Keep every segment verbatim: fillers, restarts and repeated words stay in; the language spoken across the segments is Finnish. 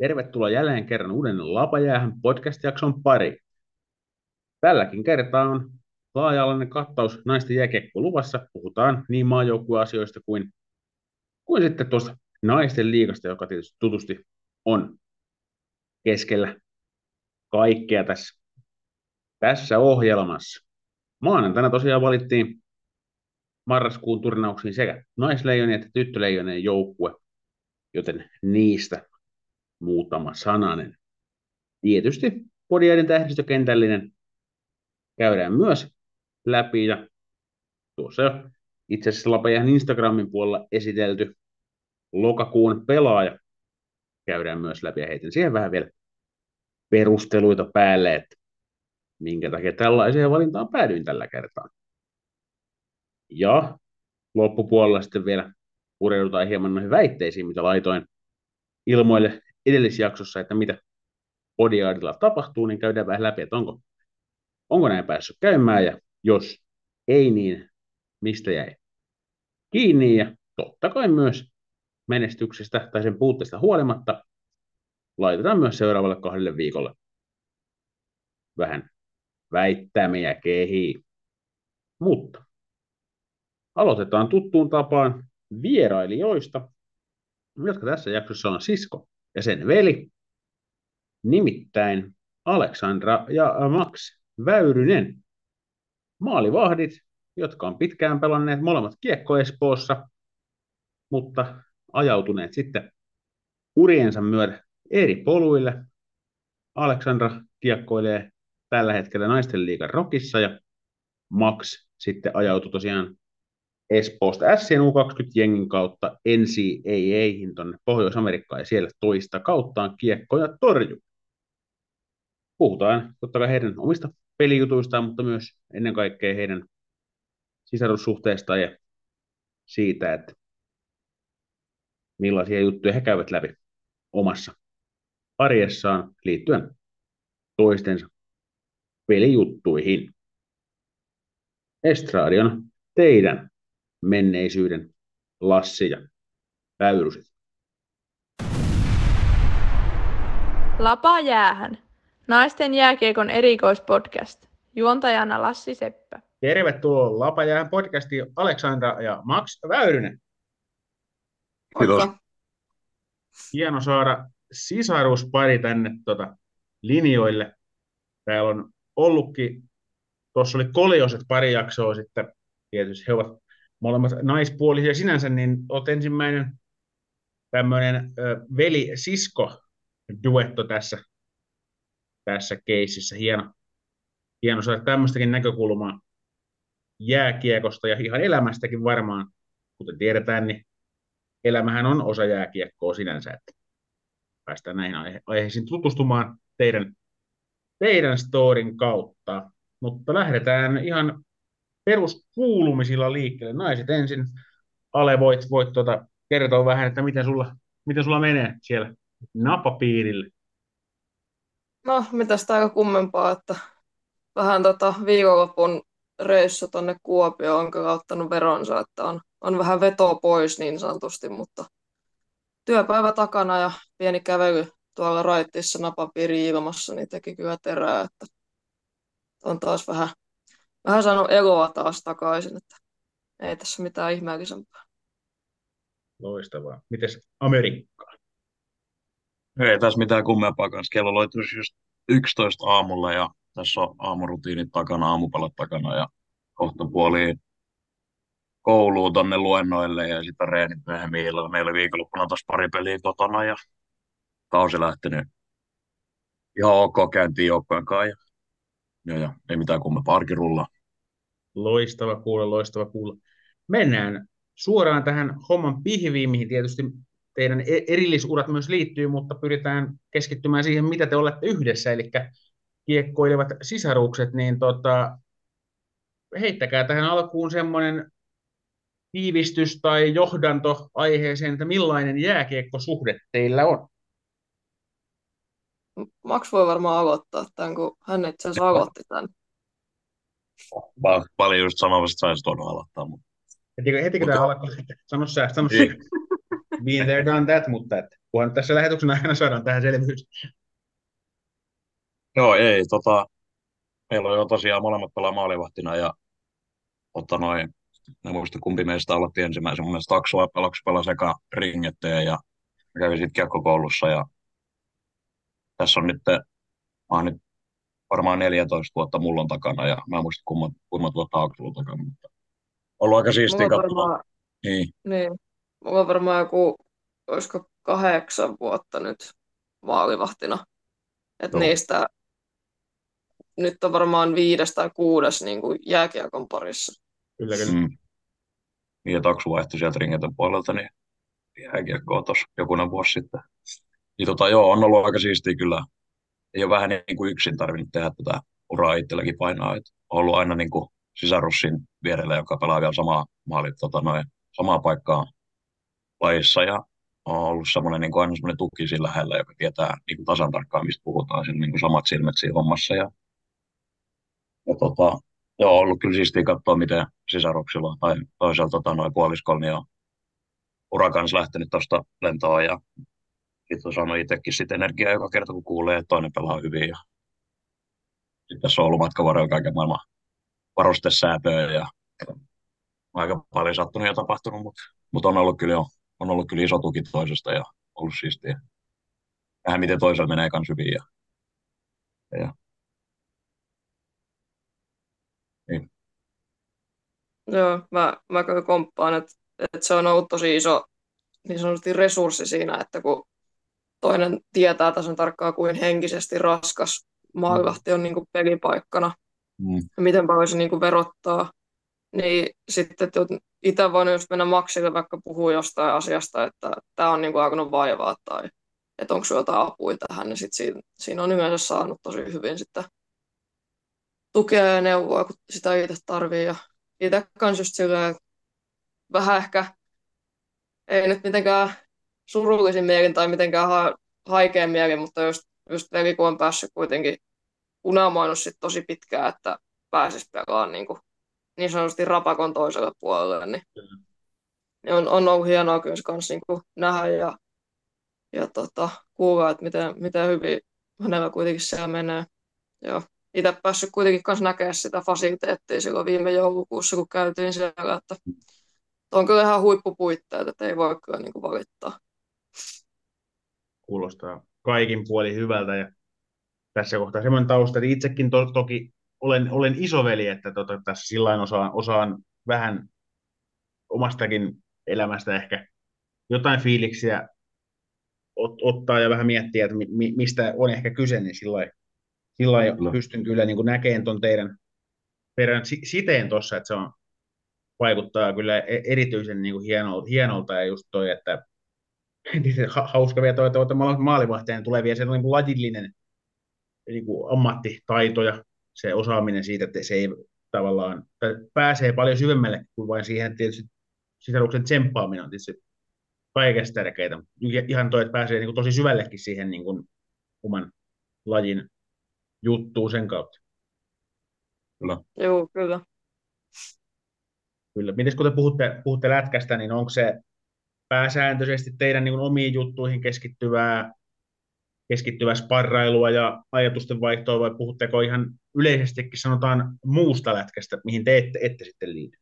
Tervetuloa jälleen kerran uuden Lapajäähän podcast-jakson pari. Tälläkin kertaa on laaja-alainen kattaus naisten jääkiekko luvassa. Puhutaan niin maajoukkueasioista kuin, kuin sitten tuosta naisten liigasta, joka tietysti tutusti on keskellä kaikkea tässä, tässä ohjelmassa. Maanantaina tosiaan valittiin marraskuun turnauksiin sekä naisleijonien että tyttöleijonien joukkue, joten niistä muutama sananen. Tietysti podiaiden tähdistökentällinen käydään myös läpi, ja tuossa jo itse asiassa Lapajan Instagramin puolella esitelty lokakuun pelaaja käydään myös läpi, ja heitän siihen vähän vielä perusteluita päälle, että minkä takia tällaiseen valintaan päädyin tällä kertaa. Ja loppupuolella sitten vielä pureudutaan hieman noihin väitteisiin, mitä laitoin ilmoille edellisjaksossa, että mitä Podiaadilla tapahtuu, niin käydään vähän läpi, että onko, onko näin päässyt käymään, ja jos ei, niin mistä jäi kiinni, ja totta kai myös menestyksestä tai sen puutteesta huolimatta laitetaan myös seuraavalle kahdelle viikolle vähän väittämiä kehiin. Mutta aloitetaan tuttuun tapaan vierailijoista, jotka tässä jaksossa on sisko ja sen veli, nimittäin Aleksandra ja Max Väyrynen. Maalivahdit, jotka on pitkään pelanneet molemmat Kiekko Espoossa, mutta ajautuneet sitten uriensa myötä eri poluille. Aleksandra kiekkoilee tällä hetkellä naisten liigan Rokissa, ja Max sitten ajautui tosiaan Espoosta Sien U kaksikymmentä-jengin kautta N C A A:hin tuonne Pohjois-Amerikkaan, ja siellä toista kauttaan kiekkoja torju. Puhutaan totta kai heidän omista pelijutuistaan, mutta myös ennen kaikkea heidän sisarussuhteestaan ja siitä, että millaisia juttuja he käyvät läpi omassa arjessaan liittyen toistensa pelijuttuihin. Estradi on teidän menneisyyden Lassi ja Väyryset. Lapajäähän. Naisten jääkiekon erikoispodcast. Juontajana Lassi Seppä. Tervetuloa Lapajäähän podcastiin Aleksandra ja Max Väyrynen. Kiitos. Hieno saada sisaruspari tänne tota, linjoille. Täällä on ollutkin, tuossa oli Kolioset pari jaksoa sitten, tietysti he ovat molemmat naispuolisia sinänsä, niin olet ensimmäinen tämmöinen veli-sisko-duetto tässä, tässä keississä. Hieno, hieno saada tämmöistäkin näkökulmaa jääkiekosta ja ihan elämästäkin varmaan. Kuten tiedetään, niin elämähän on osa jääkiekkoa sinänsä, että päästään näihin aihe- aiheisiin tutustumaan teidän, teidän storin kautta. Mutta lähdetään ihan peruskuulumisilla liikkeelle. Naiset ensin. Ale, voit, voit tuota, kertoa vähän, että miten sulla, miten sulla menee siellä napapiirille. No, mitäs tää aika kummempaa, että vähän tota viikonlopun reissu tonne Kuopioon on kyllä ottanut veronsa, että on, on vähän veto pois niin sanotusti, mutta työpäivä takana ja pieni kävely tuolla Raittissa napapiiri ilmassa, niin teki kyllä terää, että on taas vähän, vähän saanut eloa taas takaisin, että ei tässä mitään ihmeellisempää. Loistavaa. Mites Amerikka? Ei tässä mitään kummempaa kanssa. Kello loitus just yksitoista aamulla ja tässä on aamurutiinit takana, aamupalat takana ja kohta puoliin kouluun tonne luennoille ja sitten reenit myöhemmin illalla. Meillä oli viikonloppuna taas pari peliä kotona ja kausi lähtenyt ihan ok käyntiin joukkojen kanssa. Ja, ja ei mitään kummempaa, arkirulla. Loistava kuulla, loistava kuulla. Mennään suoraan tähän homman pihviin, mihin tietysti teidän e- erillisuurat myös liittyy, mutta pyritään keskittymään siihen, mitä te olette yhdessä, eli kiekkoilevat sisarukset, niin tota, heittäkää tähän alkuun semmoinen tiivistys tai johdanto aiheeseen, että millainen jääkiekkosuhde teillä on. Max voi varmaan aloittaa tämän, kun hän itse asiassa aloitti tämän. Mä paljon just sanomassa, että saisi tuonut aloittaa. Mutta... Heti, heti kun Mutta- tämä alkaa, sano sä, sano sä. Been there, done that, mutta että Kunhan tässä lähetyksen aikana saadaan tähän selvyys. Joo, ei, tota, meillä on jo tosiaan molemmat pelaa maalivahtina ja otta noin, en muista kumpi meistä aloitti ensimmäisen, mun mielestä Aksu Aksu pelasi eka ringetteen ja mä kävin sitten kiekkokoulussa ja tässä on nyt, mä oon nyt varmaan neljätoista vuotta mulla on takana ja mä en muista kummat, kummat vuotta Aksu on takana, mutta ollut aika Mulla siistiä on katsoa. varmaan, Niin, niin, mulla on varmaan joku, olisiko kahdeksan vuotta nyt maalivahtina. Et joo. niistä nyt on varmaan viides tai kuudes niin kuin jääkiekon parissa. Kyllä, kyllä. Mm. Niin, että Aksu vaihtui sieltä ringetön puolelta, niin jääkiekkoa tuossa jokunen vuosi sitten. Niin tota, joo, on ollut aika siistiä kyllä. Ei ole vähän niin kuin yksin tarvinnut tehdä tätä uraa itselläkin painaa. Et on ollut aina niin kuin sisarussin vierellä, joka pelaa vielä samaa maalit, tota, noin, samaa paikkaa lajissa. Ja on ollut semmoinen, niin kuin aina semmoinen tuki siinä lähellä, joka tietää niin kuin tasan tarkkaan, mistä puhutaan. Sillä niin kuin samat silmät siinä hommassa. Ja, ja tota, joo, on ollut kyllä siistiä katsoa, miten sisaruksilla tai toisella tota, noin puoliskolla niin on ura kanssa lähtenyt tuosta lentoon. Ja sitten on saanut itsekin sit energiaa joka kerta, kun kuulee, että toinen pelaa hyvin. Ja sitten tässä on ollut matkan varrella kaiken maailman varustesäätöä ja aika paljon sattunut ja tapahtunut, mutta mut on ollut kyllä jo, on ollut kyllä iso tuki toisesta ja ollut siistiä. Vähän miten toisella menee kans hyvin. Ja, ja, niin. Joo, mä, mä kyllä komppaan, että, että se on ollut tosi iso niin sanotusti resurssi siinä, että kun toinen tietää tasan tarkkaan, kuin henkisesti raskas Mm. maalivahti on niin kuin pelipaikkana Mm, ja miten paljon se niin kuin verottaa, niin sitten että itse voinut just mennä Maxille vaikka puhua jostain asiasta, että tämä on niin kuin alkanut vaivaa tai että onko sinulla jotain apua tähän, niin sit siinä, siinä on yleensä saanut tosi hyvin sitten tukea ja neuvoa, kun sitä itse tarvii. Ja itse kanssa just silleen, vähän ehkä, ei nyt mitenkään surullisin mielin tai mitenkään ha- haikein mielin, mutta just, just veli, kun on päässyt kuitenkin unelmoinut sit tosi pitkään, että pääsisi pelaamaan niin, kuin, niin sanotusti rapakon toiselle puolelle, niin, niin on, on ollut hienoa kyllä se kanssa niin kuin nähdä ja, ja tota, kuulla, että miten, miten hyvin hänellä kuitenkin siellä menee. Ja itse päässyt kuitenkin kanssa näkemään sitä fasiliteettia silloin viime joulukuussa, kun käytiin siellä, että on kyllä ihan huippupuitteet, että ei voi kyllä niin kuin valittaa. Kuulostaa kaikin puolin hyvältä. Ja tässä kohtaa semmoinen tausta, että itsekin to, toki olen, olen isoveli, että tota, tässä sillain osaan, osaan vähän omastakin elämästä ehkä jotain fiiliksiä ot, ottaa ja vähän miettiä, että mi, mi- mistä on ehkä kyse, niin sillä lailla kyllä. pystyn kyllä niin kuin näkemään tuon teidän, teidän si- siteen tuossa, että se on, vaikuttaa kyllä e- erityisen niin kuin hienolta, hienolta ja just toi, että ha- hauska vielä toi, että olette maalivahteen tulee vielä se niin kuin lajillinen niin kuin ammattitaito ja se osaaminen siitä, että se ei tavallaan, tai pääsee paljon syvemmälle kuin vain siihen, tietysti sisaruksen tsemppaaminen on tietysti kaikesta tärkeintä. Ihan toi, että pääsee niin kuin tosi syvällekin siihen niin kuin oman lajin juttuun sen kautta. Kyllä. Joo, kyllä. Kyllä. Miten kun te puhutte, puhutte lätkästä, niin onko se pääsääntöisesti teidän niin kuin omiin juttuihin keskittyvää, keskittyvää sparrailua ja ajatusten vaihtoa, vai puhutteko ihan yleisestikin sanotaan muusta lätkästä, mihin te ette, ette sitten liity?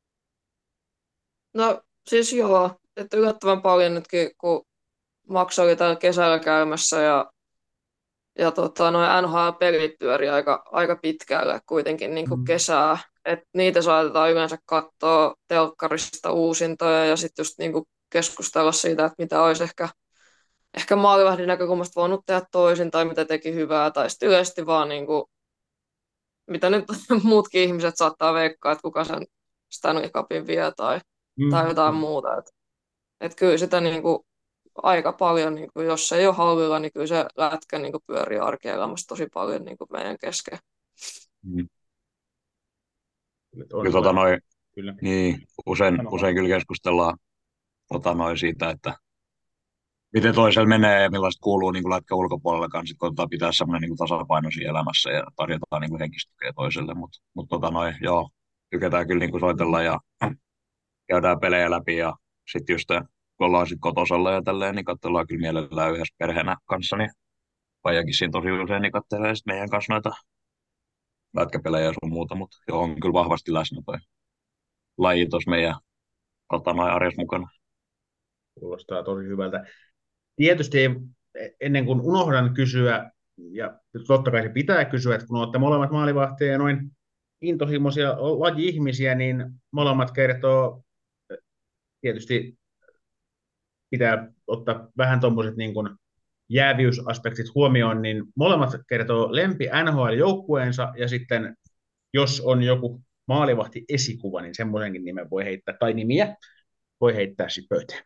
No siis joo, että yllättävän paljon nytkin, kun Max oli täällä kesällä käymässä ja, ja tota, noin N H L-pelit pyöri aika, aika pitkälle kuitenkin niin kuin Mm. kesää. Et niitä saatetaan yleensä katsoa telkkarista uusintoja ja sitten just niin kuin keskustella siitä, että mitä olisi ehkä, ehkä maalivahdin näkökulmasta voinut tehdä toisin tai mitä teki hyvää. Tai sitten yleisesti vaan niin kuin, mitä nyt muutkin ihmiset saattaa veikkaa, että kuka sen Stanley Cupin vie tai, tai jotain Mm. muuta. Et, et kyllä sitä niin kuin, aika paljon, niin kuin, jos se ei ole hallilla, niin kyllä se lätkä niin kuin, pyörii arkielämässä tosi paljon niin kuin meidän kesken. Mm. Kyllä, on Kyllä, tota, hyvä. noi, Kyllä. niin, usein, Sano vaan. usein kyllä keskustellaan tota, noi siitä, että miten toisella menee ja millaista kuuluu niin kuin lätkä ulkopuolella kanssa, kun koetetaan pitää semmoinen niin tasapaino siinä elämässä ja tarjotaan niin kuin henkistä tukea toiselle. Mutta mut, tota, noi, joo, tykätään kyllä niin kuin soitella ja käydään pelejä läpi ja sitten just kun ollaan sitten kotosalla ja tälleen, niin katsellaan kyllä mielellään yhdessä perheenä kanssa, niin Paijakin siinä tosi usein niin katselee sit meidän kanssa noita lätkäpelejä ja sun muuta, mutta joo, on kyllä vahvasti läsnä toi laji tuossa meidän kotona ja arjessa mukana. Kuulostaa tosi hyvältä. Tietysti ei, ennen kuin unohdan kysyä, ja totta kai se pitää kysyä, että kun olette molemmat maalivahteja ja noin intohimoisia laji-ihmisiä, niin molemmat kertoo, tietysti pitää ottaa vähän tuommoiset niin kuin jääviysaspektit huomioon, niin molemmat kertoo lempi N H L-joukkueensa, ja sitten jos on joku maalivahti esikuva, niin semmoisenkin nimen voi heittää, tai nimiä voi heittää sitten pöytään.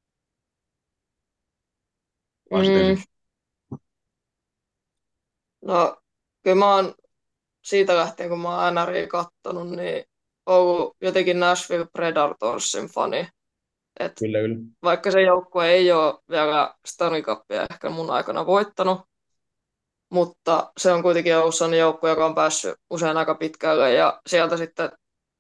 Mm, no, kyllä mä oon siitä lähtien, kun mä oon N R I kattonut, niin ollut jotenkin Nashville Predatorsin fani. Et Kyllä, kyllä. vaikka se joukkue ei ole vielä Stanley Cupia ehkä mun aikana voittanut, mutta se on kuitenkin ollut sellainen joukkue, joka on päässyt usein aika pitkälle. Ja sieltä sitten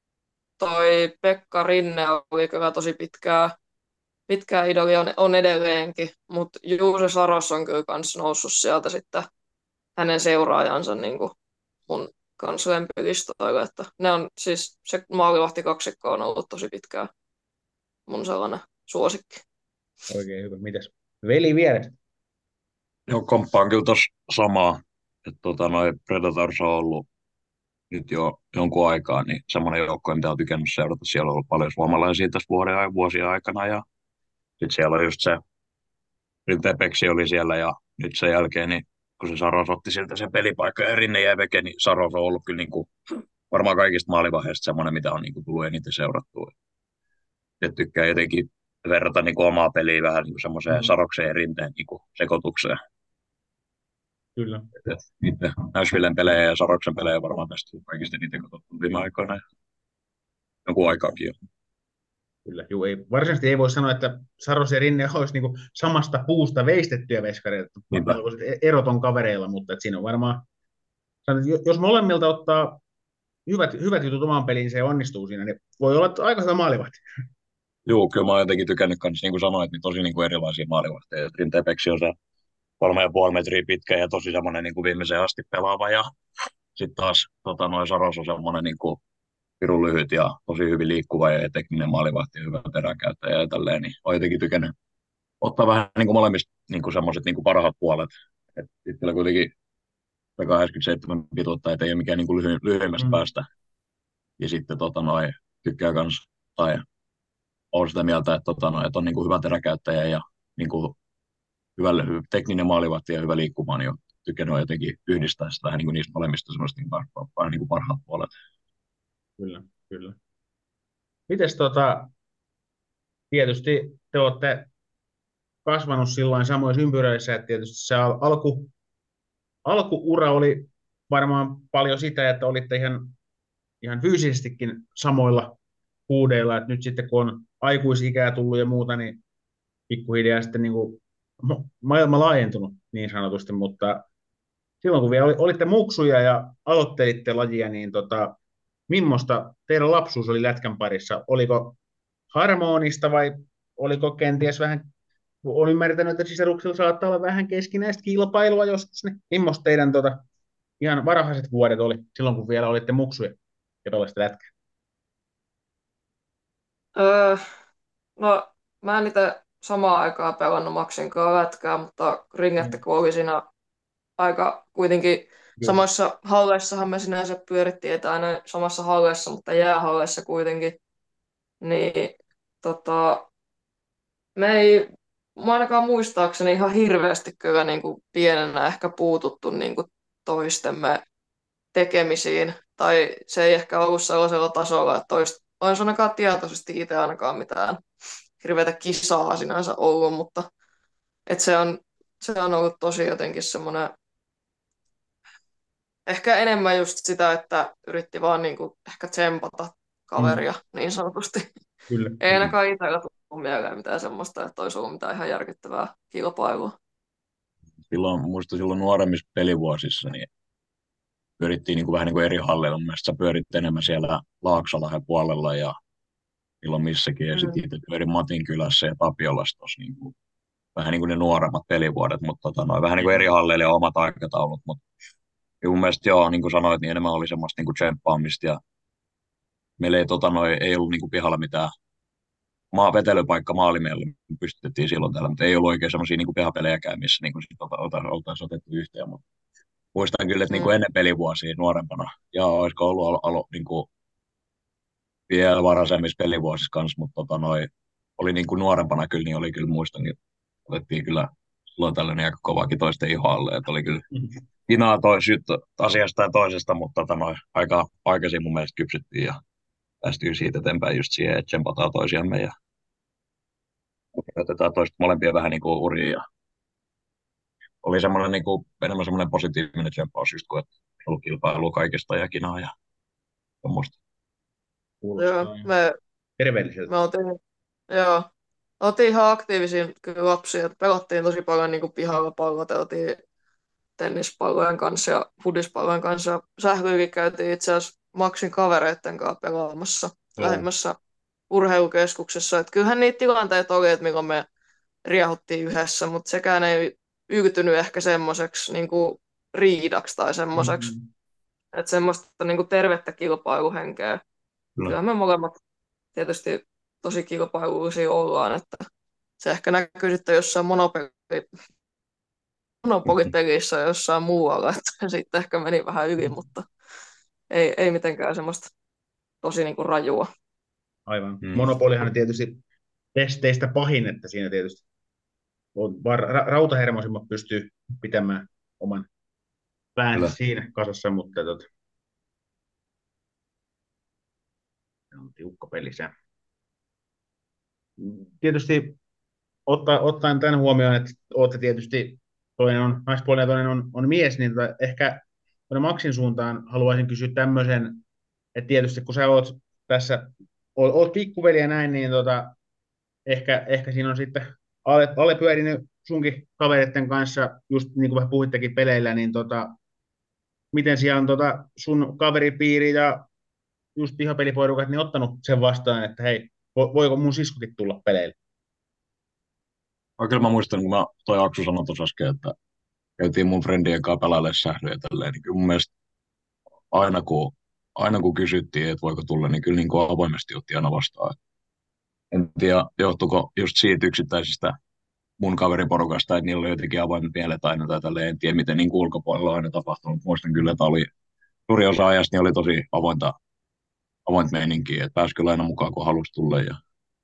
toi Pekka Rinne oli kyllä tosi pitkää, pitkää idoli on, on edelleenkin, mutta Juuse Saros on kyllä kans noussut sieltä sitten hänen seuraajansa niin kuin mun kanssa lempilistoille. Että ne on siis, se maalivahti kaksikko on ollut tosi pitkään mun sellainen suosikki. Oikein hyvä. Mitäs? Veli vierestä. Joo, komppaan kyllä tuossa samaa, että tota, noi Predators on ollut nyt jo jonkun aikaa, niin semmoinen joukko, mitä on tykännyt seurata. Siellä on ollut paljon suomalaisia tässä vuoden ja vuosien aikana, ja sitten siellä on just se, Rintepeksi oli siellä, ja nyt sen jälkeen, niin kun se Saros otti siltä sen pelipaikka ja Rinne jäi veke, niin Saros on ollut kyllä niin kuin, varmaan kaikista maalivaiheista semmoinen, mitä on niin kuin, tullut eniten seurattua. Ja tykkää jotenkin verrata niin kuin, omaa peliä vähän niin kuin semmoiseen Mm. Sarokseen ja Rinteen niin kuin, sekoitukseen. Kyllä. Itse Nashvillen pelejä ja Saroksen pelejä varmaan tästä kaikista niitä katsottu viime aikoina. Jonkun aikaakin jo. Kyllä. Juu, ei, varsinaisesti ei voi sanoa, että Saros ja Rinne olisi niin kuin samasta puusta veistettyjä veskareita. Niinpä. Erot on kavereilla, mutta että siinä on varmaan, jos molemmilta ottaa hyvät, hyvät jutut omaan peliin, se onnistuu siinä, niin voi olla aika hyvä maalivahti. Joo, kyllä mä oon jotenkin tykännyt kanssa, niin kuin sanoit, niin tosi niin kuin erilaisia maalivahteja. Rintepeksi on se kolme ja puoli metriä pitkä ja tosi semmoinen niin kuin viimeiseen asti pelaava. Ja sitten taas tota, noin Saros on semmoinen niin kuin pirun lyhyt ja tosi hyvin liikkuva ja tekninen maalivahti ja hyvä peräkäyttäjä ja tälleen. Niin oon jotenkin tykännyt ottaa vähän niin kuin molemmista niin kuin semmoiset niin kuin parhaat puolet. Että itsellä kuitenkin kahdeksankymmentäseitsemän pituutta, että ei ole mikään niin kuin lyhy- lyhyimmästä Mm. päästä. Ja sitten tota, noin, tykkää kans, tai on sitä mieltä, että, tota, noin, että on niin kuin hyvä teräkäyttäjä ja niin kuin hyvä, hyvä tekninen maalivahti ja hyvä liikkumaan, niin on tykännyt jotenkin yhdistää sitä vähän niin kuin niistä molemmista semmoista niin kuin, niin kuin parhaat puolet. Kyllä, kyllä. Mites tota, tietysti te olette kasvanut silloin samoissa ympyröissä, että tietysti se al- alku, alkuura oli varmaan paljon sitä, että olitte ihan, ihan fyysisestikin samoilla huudeilla, että nyt sitten kun on aikuisikää tullut ja muuta, niin pikkuhiljaa sitten niin kuin maailma laajentunut niin sanotusti, mutta silloin kun vielä oli- olitte muksuja ja aloittelitte lajia, niin tota, millaista teidän lapsuus oli lätkän parissa? Oliko harmonista vai oliko kenties vähän, olen ymmärtänyt, että sisaruksilla saattaa olla vähän keskinäistä kilpailua joskus, niin millaista teidän tota, ihan varhaiset vuodet oli silloin, kun vielä olitte muksuja ja pelasitte lätkää? Öö, no, mä en itse samaan aikaan pelannut Maxin kanssa lätkää, mutta ringette kun oli siinä aika kuitenkin samassa halleissahan me sinänsä pyörittiin, että aina samassa halleissa, mutta jäähalleissa kuitenkin. Niin tota, me ei mä ainakaan muistaakseni ihan hirveästi kyllä niin kuin pienenä ehkä puututtu niin kuin toistemme tekemisiin. Tai se ei ehkä ollut sellaisella tasolla, että toist, olisi ainakaan tietoisesti itse ainakaan mitään hirveätä kisaa sinänsä ollut, mutta et se, on, se on ollut tosi jotenkin semmoinen, ehkä enemmän just sitä, että yritti vaan niin kuin ehkä tsempata kaveria niin sanotusti. Kyllä. Ei ainakaan itsellä tullut mieleen mitään semmoista, että olisi ollut mitään ihan järkyttävää kilpailua. Silloin, muista silloin nuoremmissa pelivuosissa, niin pyörittiin niin kuin vähän niin kuin eri halleilla. Mun mielestä sä pyörit enemmän siellä Laaksalahden puolella ja milloin missäkin. Ja Mm. sitten itse pyörin Matin kylässä ja Tapiolassa tossa niin kuin, vähän niin kuin ne nuoremmat pelivuodet, mutta tota, noin, vähän niin kuin eri halleille ja omat aikataulut. Mutta mun mielestä joo, niin kuin sanoit, niin enemmän oli semmoista niin kuin tsemppaamista ja meillä ei, tota, noin, ei ollut niin kuin pihalla mitään maa, vetelypaikka maalimielle pystytettiin silloin täällä, mutta ei ollut oikein semmoisia niin pihapelejäkään, missä niin kuin sit ota, ota, oltaisiin otettu yhteen. Mutta muistan kyllä, että niin kuin Mm. ennen pelivuosia nuorempana, ja olisiko ollut alo, alo, niin kuin vielä varhaisemmissa pelivuosissa kanssa, mutta tota, noi, oli niin kuin nuorempana kyllä, niin oli kyllä muistan, että otettiin kyllä silloin tällainen aika kovaakin toisten ihoalle, että oli kyllä inaa toisesta asiasta ja toisesta, mutta tota, noi, aika aikaisin mun mielestä kypsyttiin ja päästiin siitä eteenpäin just siihen, että tsempataan toisiamme ja otetaan toista molempia vähän niin kuin uriin ja oli semmoinen niin kuin, enemmän semmoinen positiivinen tsemppaus just kun, että ei ollut kilpailua kaikesta ja kinaa ja semmoista. Joo, Kuulostaa ihan me, terveelliseltä. me oltiin, joo, oltiin ihan aktiivisia kyllä lapsia, että pelattiin tosi paljon niin kuin pihalla, palloteltiin tennispallojen kanssa ja fudispallojen kanssa. Sähköikin käytiin itse asiassa Maxin kavereiden kanssa pelaamassa Joo. lähemmässä urheilukeskuksessa. Että kyllähän niitä tilanteita oli, että milloin me riehuttiin yhdessä, mutta sekään ei yrtynyt ehkä semmoiseksi niin kuin riidaksi tai semmoiseksi, Mm-hmm. että semmoista niin kuin tervettä kilpailuhenkeä. Kyllä. Kyllä me molemmat tietysti tosi kilpailullisia ollaan, että se ehkä näkyy sitten jossain monopeli, monopolipelissä ja jossain muualla, että sitten ehkä meni vähän yli, mutta ei, ei mitenkään semmoista tosi niin kuin rajua. Aivan. Mm. Monopolihan on tietysti testeistä pahin, että siinä tietysti on var- ra- rautahermoisimmat pystyy pitämään oman päänsä Kyllä. siinä kasassa, mutta tota, se on tiukka peli se. Tietysti otta, ottaen tämän huomioon, että olette tietysti, toinen on naispuolinen ja toinen on, on mies, niin tota, ehkä tuonne Maxin suuntaan haluaisin kysyä tämmöisen, että tietysti kun sä oot tässä, oot, oot pikkuveli ja näin, niin tota, ehkä, ehkä siinä on sitten alle, alle pyörinyt sunkin kavereiden kanssa, just niin kuin vähän puhuittekin peleillä, niin tota, miten siellä on tota sun kaveripiiri ja just pihapeliporukat niin ottanut sen vastaan, että hei, vo- voiko mun siskokin tulla peleille? No, kyllä mä muistan, kun mä, toi Aksu sanoi tuossa äsken, että käytiin mun friendien kanssa pelailemaan sählyä ja tälleen, niin kyllä mun mielestä aina kun, aina kun kysyttiin, että voiko tulla, niin kyllä niin kuin avoimesti otti aina vastaan. En tiedä, johtuiko just siitä yksittäisistä mun kaveriporukasta, että niillä oli jotenkin avoimet mielet aina tai tälleen, en tiedä miten niin kuin ulkopuolella on aina tapahtunut. Muistan kyllä, että oli suuri osa ajasta niin oli tosi avointa, avointa meininkiä, että pääsi kyllä aina mukaan, kun halusi tulla. Ja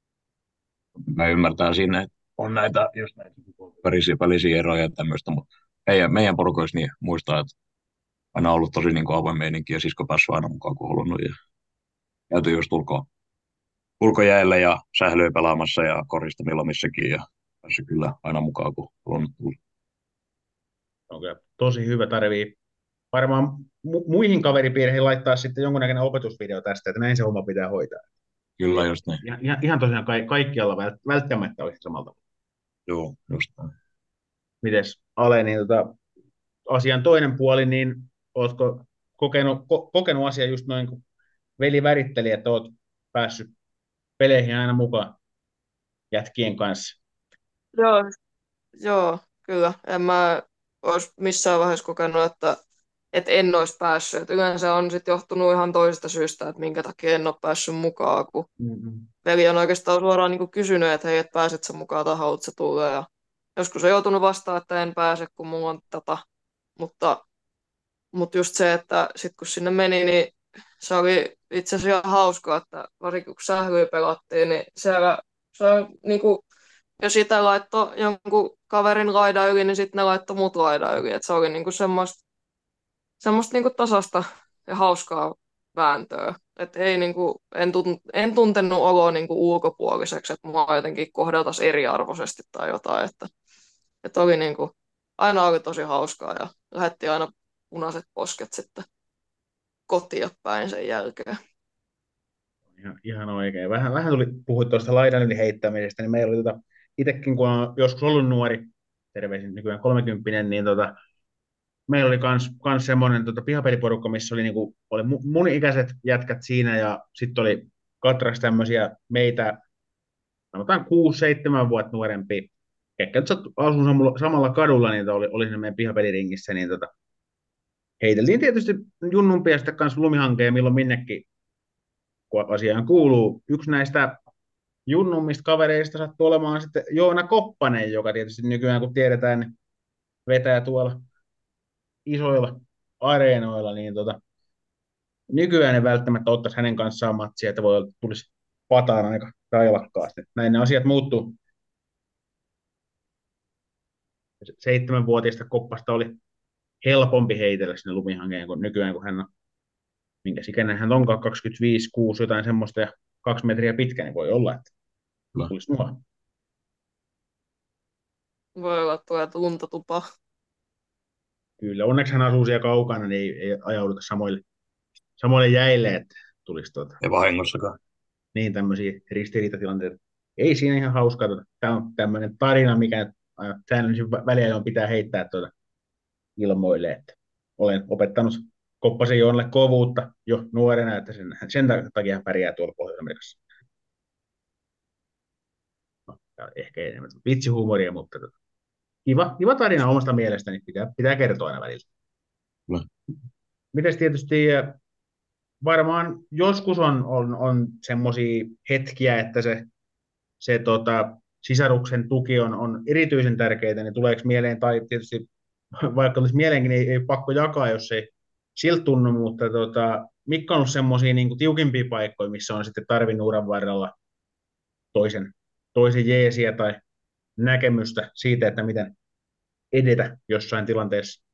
mä ymmärtää sinne, että on näitä, just näitä välisiä, välisiä eroja ja tämmöistä, mutta meidän, meidän porukoissa niin muistaa, että aina ollut tosi niin kuin avoin meininki ja sisko päässyt aina mukaan, kun halunnut. Ja käyty just ulko, ulkojäällä ja sählyä pelaamassa ja korista milloin missäkin ja päässyt kyllä aina mukaan, kun halunnut tulla. Okay. Tosi hyvä, tarvii varmaan mu- muihin kaveripiireihin laittaa sitten jonkunnäköinen opetusvideo tästä, että näin se homma pitää hoitaa. Kyllä, just niin. Ihan, ihan, ihan tosiaan ka- kaikkialla vält- välttämättä olisi samalta. Joo, just näin. Mites Ale, niin tota, asian toinen puoli, niin ootko kokenut, ko- kokenut asian just noin kuin veli väritteli, että oot päässyt peleihin aina mukaan jätkien kanssa? Joo, joo, kyllä. En mä olisi missään vaiheessa kokenut, että, että en olisi päässyt. Et yleensä on sit johtunut ihan toisesta syystä, että minkä takia en ole päässyt mukaan, kun Mm-hmm. veli on oikeastaan suoraan niin kuin kysynyt, että hei, et pääset sä mukaan tai haluat sä tulla. Ja joskus on joutunut vastaan, että en pääse, kun mulla on tätä. Mutta, mutta just se, että sitten kun sinne meni, niin se oli itse asiassa ihan hauskaa, että varsinkin kun sählyä pelattiin, niin siellä se on niin kuin jos sitä laittoi jonkun kaverin laidan yli, niin sitten ne laittoi mut laidan yli. Et se oli niinku semmoista, semmoista niinku tasasta ja hauskaa vääntöä. Et ei niinku, en, tun, en tuntenut oloa niinku ulkopuoliseksi, että mua jotenkin kohdeltaisiin eriarvoisesti tai jotain. Että, et oli niinku, aina oli tosi hauskaa ja lähdettiin aina punaiset posket sitten kotia päin sen jälkeen. Ihan, ihan oikein. Vähän, vähän tuli puhua tuosta laidan yli heittämisestä, niin meillä oli tota, itsekin, kun on joskus ollut nuori, terveisin nykyään kolmekymppinen, niin tota, meillä oli kans, kans semmoinen tota, pihapeliporukka, missä oli, niinku, oli mu- mun ikäiset jätkät siinä, ja sitten oli katras tämmöisiä meitä, sanotaan kuusi seitsemän vuotta nuorempia, ehkä nyt asuu samalla, samalla kadulla, niin oli, oli siinä meidän pihapeliringissä, niin tota, heiteltiin tietysti junnumpia sitten kanssa lumihankkeja milloin minnekin, kun asiaan kuuluu. Yksi näistä junnummista kavereista sattui olemaan sitten Joona Koppanen, joka tietysti nykyään, kun tiedetään, niin vetää tuolla isoilla areenoilla, niin tota, nykyään ei välttämättä ottaisi hänen kanssaan matsia, että voi olla, että tulisi pataan aika railakkaasti. Näin ne asiat muuttuu. Seitsemänvuotiaista Koppasta oli helpompi heitellä sinne lumihankeen kuin nykyään, kun hän on, minkä ikäinen hän onkaan, kaksikymmentäviisi, kuusi, jotain semmoista, ja kaksi metriä pitkä, niin voi olla, että Kyllä. tulisi nuo. Voi olla, että tulee lunta tupaa. Kyllä, onneksi hän asuu siellä kaukana, niin ei, ei ajauduta samoille, samoille jäille, että tulisi tuota, Ei vahingossakaan. niin tämmöisiä ristiriitatilanteita. Ei siinä ihan hauskaa. Tuota. Tämä on tämmöinen tarina, mikä aina säännöllisin väliajoin pitää heittää tuota ilmoille, että olen opettanut Koppasen Joonalle kovuutta jo nuorena, että sen, sen takia hän pärjää tuolla Pohjois-Amerikassa. No, tämä on ehkä enemmän vitsihuumoria, mutta tuota, kiva, kiva tarina omasta mielestäni, pitää, pitää kertoa aina välillä. No. Mites tietysti varmaan joskus on, on, on semmoisia hetkiä, että se, se tota, sisaruksen tuki on, on erityisen tärkeää, niin tuleeko mieleen, tai tietysti vaikka olisi mieleenkin, niin ei, ei pakko jakaa, jos ei siltä tunnu, mutta tota, mitkä on ollut semmoisia niin tiukimpia paikkoja, missä on sitten tarvinnut uran varrella toisen, toisen jeesiä tai näkemystä siitä, että miten edetä jossain tilanteessa?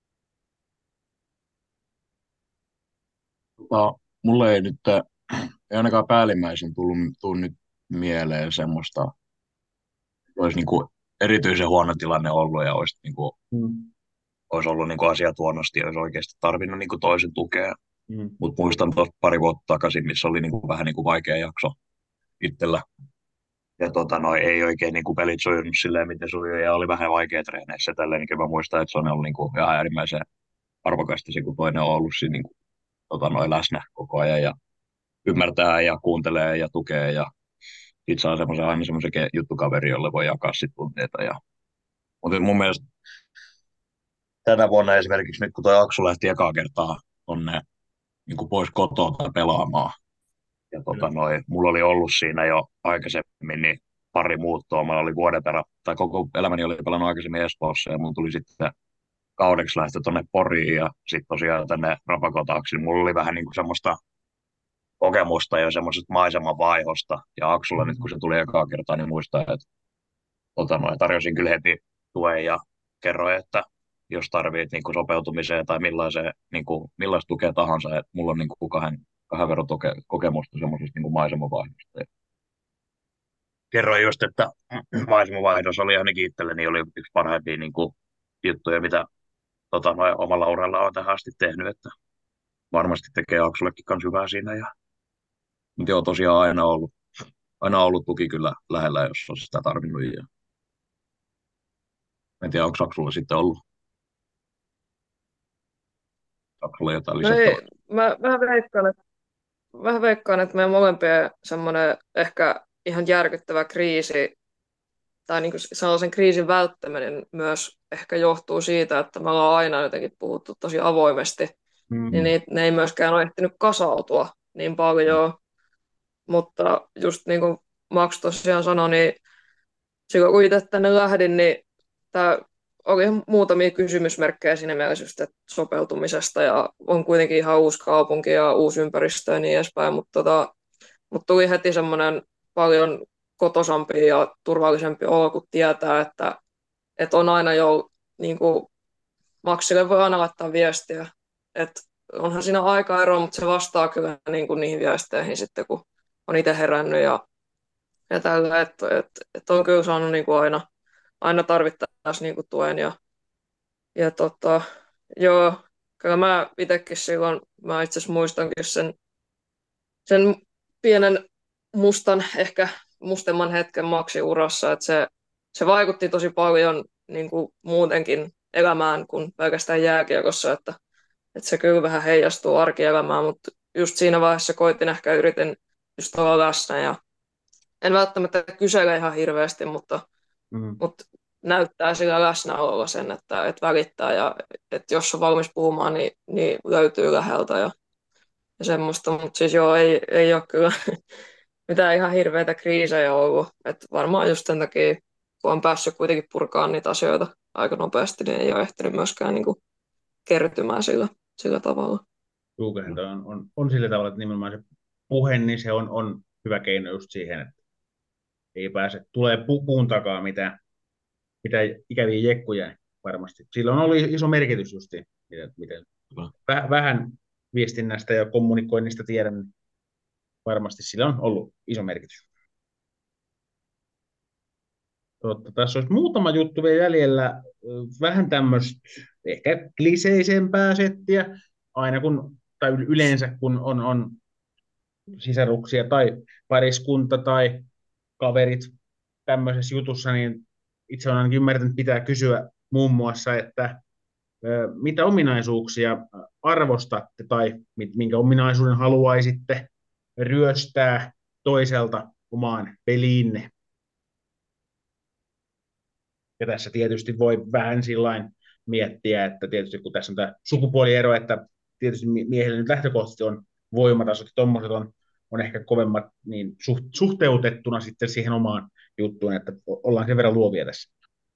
No, mulle ei nyt, ei ainakaan päällimmäisen tullut, tullut nyt mieleen semmoista, olisi niin kuin erityisen huono tilanne ollut ja olisi, niin kuin, Mm. olisi ollut niin kuin asiat huonosti ja olisi oikeasti tarvinnut niin kuin toisen tukea. Mm. Mutta muistan tuossa pari vuotta takaisin, missä oli niin kuin vähän niin kuin vaikea jakso itsellä. Ja tota, noi, ei oikein niin kuin pelit sujunut silleen, miten sujui, ja oli vähän vaikea treeneissä tälleen, niin kyllä mä muistan, että se on ollut niin kuin ihan äärimmäisen arvokasta, se, kun toinen on ollut siinä niin kuin, tota, noi läsnä koko ajan ja ymmärtää ja kuuntelee ja tukee ja sit saa semmoisen aina semmoisen juttukaveri, jolle voi jakaa sit tunteita. Ja... Mutta mun mielestä tänä vuonna esimerkiksi nyt, kun toi Aksu lähti ekaa kertaa tonne niin kuin pois kotoa pelaamaan, ja tota, noi, mulla oli ollut siinä jo aikaisemmin niin pari muuttoa. Mä olin vuoden verran, tai koko elämäni oli pelannut aikaisemmin Espoossa, ja mun tuli sitten kaudeksi lähtö tonne Poriin, ja sitten tosiaan tänne Rapakotaaksi. Mulla oli vähän niin kuin semmoista kokemusta ja semmoisesta maiseman vaihosta. Ja Aksulla nyt, kun se tuli ekaa kertaa, niin muistaa, että tota, noin, tarjosin kyllä heti tuen ja kerroin, että jos tarvitset niin kuin sopeutumiseen tai millaiseen, niin kuin, millaista tukea tahansa, että mulla on niin kuin kahden, kahden verran toke, kokemusta semmoisesta niin kuin maisemanvaihdosta. Ja kerroin just, että maisemanvaihdos oli ainakin itselleni oli yksi parhaimpia niin kuin, juttuja, mitä tota, noin, omalla uralla on tähän asti tehnyt, että varmasti tekee Aksullekin kanssa hyvää siinä. Ja... Mutta joo, tosiaan aina ollut, aina ollut tuki kyllä lähellä, jos on sitä tarvinnut. Ja... En tiedä, onko Aksulla sitten ollut Aksulla jotain No ei, lisättävää. mä, mä veikkaan, että, mä veikkaan, että meidän molempien semmoinen ehkä ihan järkyttävä kriisi, tai niin kuin sellaisen kriisin välttäminen myös ehkä johtuu siitä, että me ollaan aina jotenkin puhuttu tosi avoimesti, Mm. niin niitä, ne ei myöskään ole ehtinyt kasautua niin paljon. Mutta just niin kuin Max tosiaan sanoi, niin silloin kun itse tänne lähdin, niin tämä oli ihan muutamia kysymysmerkkejä siinä mielessä just, että sopeutumisesta ja on kuitenkin ihan uusi kaupunki ja uusi ympäristö ja niin edespäin, mutta, tota, mutta tuli heti semmoinen paljon kotosampi ja turvallisempi olo, kun tietää, että, että on aina jo niin kuin Maxille voi aina laittaa viestiä, että onhan siinä aika ero, mutta se vastaa kyllä niin kuin niihin viesteihin sitten, kun on itse herännyt ja, ja tällä, että, että, että on kyllä saanut niin kuin aina, aina tarvittaessa niin kuin tuen ja, ja tota, joo, kyllä mä itsekin silloin, mä itse asiassa muistankin sen, sen pienen mustan, ehkä mustemman hetken Maxi-urassa, että se, se vaikutti tosi paljon niin kuin muutenkin elämään kuin pelkästään jääkiekossa, että, että se kyllä vähän heijastuu arkielämään, mutta just siinä vaiheessa koitin ehkä yritin just olla läsnä. Ja en välttämättä kysele ihan hirveästi, mutta, Mm. mutta näyttää sillä läsnäololla sen, että, että välittää ja että jos on valmis puhumaan, niin, niin löytyy läheltä ja, ja semmoista. Mutta siis joo, ei, ei ole kyllä mitään ihan hirveitä kriisejä ollut. Et varmaan just sen takia, kun on päässyt kuitenkin purkaan niitä asioita aika nopeasti, niin ei ole ehtinyt myöskään niin kuin kertymään sillä, sillä tavalla. Juukehän toi on, on, on sillä tavalla, että nimenomaan se puhe, niin se on, on hyvä keino just siihen, että ei pääse, tulee pu, puun takaa mitään, mitään ikäviä jekkuja niin varmasti. Sillä on ollut iso merkitys justiin, miten, miten väh, vähän viestinnästä ja kommunikoinnista tiedän, niin varmasti sillä on ollut iso merkitys. Totta, tässä olisi muutama juttu vielä jäljellä, vähän tämmöistä ehkä kliseisempää settiä, aina kun, tai yleensä kun on, on sisaruksia tai pariskunta tai kaverit tämmöisessä jutussa, niin itse olen ainakin ymmärtänyt, että pitää kysyä muun muassa, että mitä ominaisuuksia arvostatte tai minkä ominaisuuden haluaisitte ryöstää toiselta omaan peliinne. Ja tässä tietysti voi vähän sillain miettiä, että tietysti kun tässä on tämä sukupuoliero, että tietysti miehillä nyt lähtökohtaisesti on voimatasot ja tuommoiset on, on ehkä kovemmat niin suht, suhteutettuna sitten siihen omaan juttuun, että ollaan sen verran luovia tässä.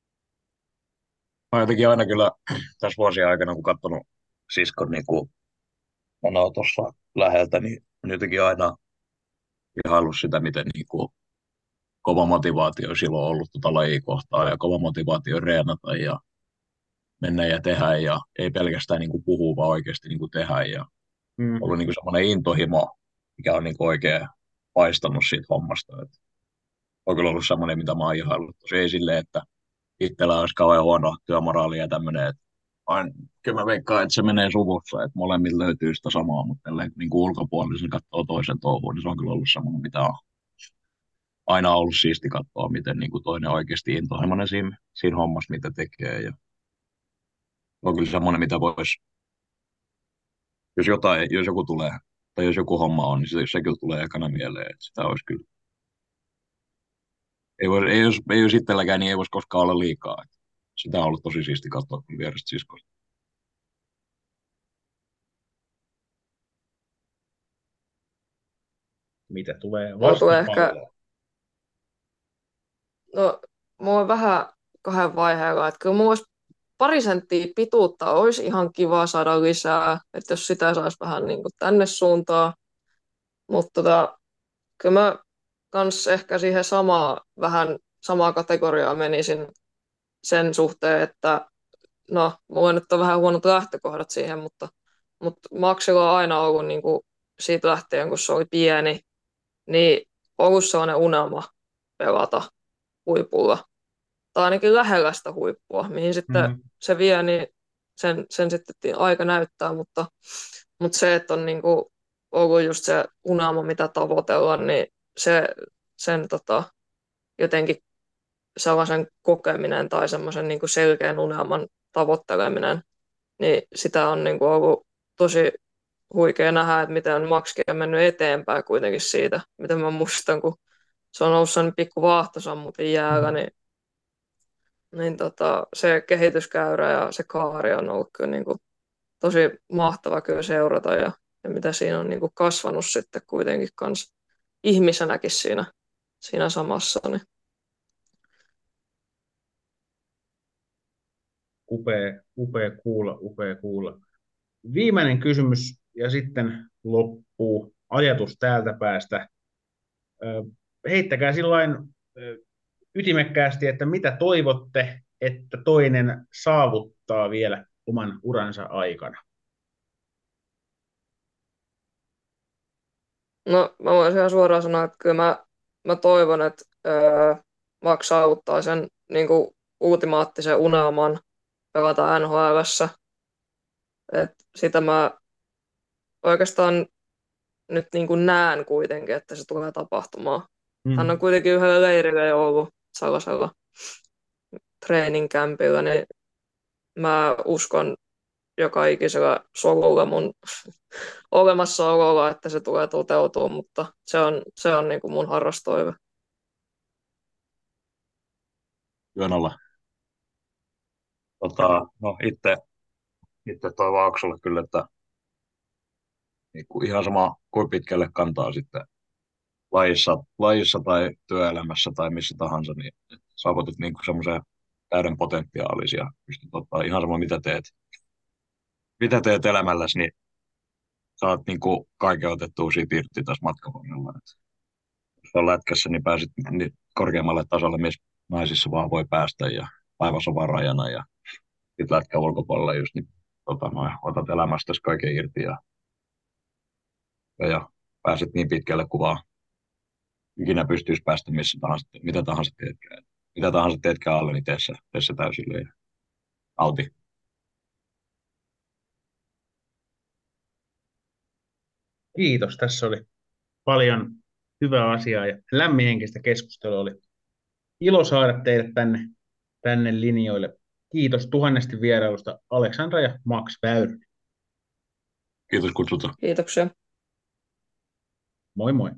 Mä jotenkin aina kyllä tässä vuosien aikana, kun katsonut siskon niin kuin on tuossa läheltä, niin on jotenkin aina ihaillut sitä, miten niin kuin kova motivaatio silloin on ollut tuota lajia kohtaan ja kova motivaatio reenata ja mennä ja tehdä ja ei pelkästään niin kuin puhua, vaan oikeasti niin kuin tehdä ja Mm. ollut niin kuin semmoinen intohimo, mikä on niin kuin oikein paistanut siitä hommasta. Et on kyllä ollut semmoinen, mitä mä oon ihaillut. Tosi ei silleen, että itsellä olisi kauhean huono työmoraali ja tämmöinen, että aina, kyllä mä veikkaan, että se menee suvussa, että molemmilla löytyy sitä samaa, mutta niin kuin ulkopuolisen katsoo toisen touhuun, niin se on kyllä ollut semmoinen, mitä on aina ollut siisti katsoa, miten niin kuin toinen oikeasti intohimoinen siinä, siinä hommassa, mitä tekee. Ja on kyllä semmoinen, mitä voisi, jos jotain, jos joku tulee, tai jos joku homma on, niin se, se kyllä tulee ekana mieleen, että sitä olisi kyllä. Ei, voi, ei, jos, ei jos itselläkään, niin ei voisi koskaan olla liikaa. Että sitä on ollut tosi siisti katsoa kyllä vierestä siskosta. Mitä tulee Mulla tulee ehkä, vastapalloon? no, mulla on vähän kahden vaiheella, että kyllä mulla olisi pari senttiä pituutta olisi ihan kiva saada lisää, että jos sitä saisi vähän niin kuin tänne suuntaan, mutta tota, kyllä mä kans ehkä siihen samaa, vähän samaa kategoriaa menisin sen suhteen, että no, mulla nyt on vähän huonot lähtökohdat siihen, mutta, mutta Maxilla on aina ollut niin kuin siitä lähtien, kun se oli pieni, niin ollut sellainen unelma pelata huipulla. Tai ainakin lähellä sitä huippua, mihin sitten Mm. se vie, niin sen, sen sitten aika näyttää, mutta, mutta se, että on niin kuin ollut just se unelma, mitä tavoitella, niin se, sen tota, jotenkin sellaisen kokeminen tai semmoisen niin kuin selkeän unelman tavoitteleminen, niin sitä on niin kuin ollut tosi huikea nähdä, että miten Maxkin on mennyt eteenpäin kuitenkin siitä, miten mä muistan, kun se on ollut sellainen pikku vaahtosammutin jäällä, niin, niin tota, se kehityskäyrä ja se kaari on ollut kyllä niin kuin tosi mahtava kyllä seurata ja, ja mitä siinä on niin kuin kasvanut sitten kuitenkin kans ihmisenäkin siinä, siinä samassa. Niin. Upea, upea kuulla, upea kuulla. Viimeinen kysymys ja sitten loppuu ajatus täältä päästä. Ö, Heittäkää sillain ö, ytimekkäästi, että mitä toivotte, että toinen saavuttaa vielä oman uransa aikana. No, mä voisin ihan suoraan sanoa, että kyllä mä, mä toivon, että öö, Max saavuttaa sen niin kuin ultimaattisen unelman pelata N H L:ssä. Et sitä mä oikeastaan nyt niin kuin näen kuitenkin, että se tulee tapahtumaan. Hän on Mm. kuitenkin yhdellä leirillä jo ollut sellaisella training campilla, niin mä uskon joka ikisellä solulla mun olemassaololla, että se tulee toteutua, mutta se on, se on niin kuin mun harrastoive. Työn alla. Tota, no itse, itse toivon Aksulle kyllä, että niin kuin ihan sama kuin pitkälle kantaa sitten lajissa, lajissa tai työelämässä tai missä tahansa, niin saavutit niin semmoisen täyden potentiaalisia ja pystyt ottaa ihan sama mitä teet. Mitä teet elämälläsi, niin saat niin kuin kaiken otettua siitä irti tässä matkavarrella. Et jos on lätkässä, niin pääsit niin korkeammalle tasolle, missä naisissa vaan voi päästä ja päivässä on vaan rajana ja sitten lätkä ulkopuolella just, niin tota, noin, otat elämästäsi kaiken irti ja, ja, ja pääset niin pitkälle kuin vaan ikinä pystyisi päästä missä tahansa, mitä tahansa teetkään. Mitä tahansa teetkään alle, niin tee se, tee se täysille ja auti. Kiitos. Tässä oli paljon hyvää asiaa ja lämminhenkistä keskustelua. Oli ilo saada teidät tänne, tänne linjoille. Kiitos tuhannesti vierailusta Aleksandra ja Max Väyrynen. Kiitos kutsusta. Kiitoksia. Moi moi.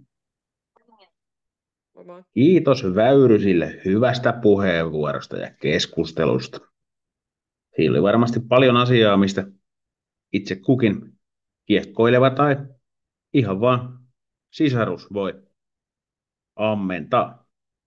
Moi moi. Kiitos Väyrysille hyvästä puheenvuorosta ja keskustelusta. Siinä oli varmasti paljon asiaa, mistä itse kukin kiekkoileva tai ihan vaan sisarus voi ammentaa.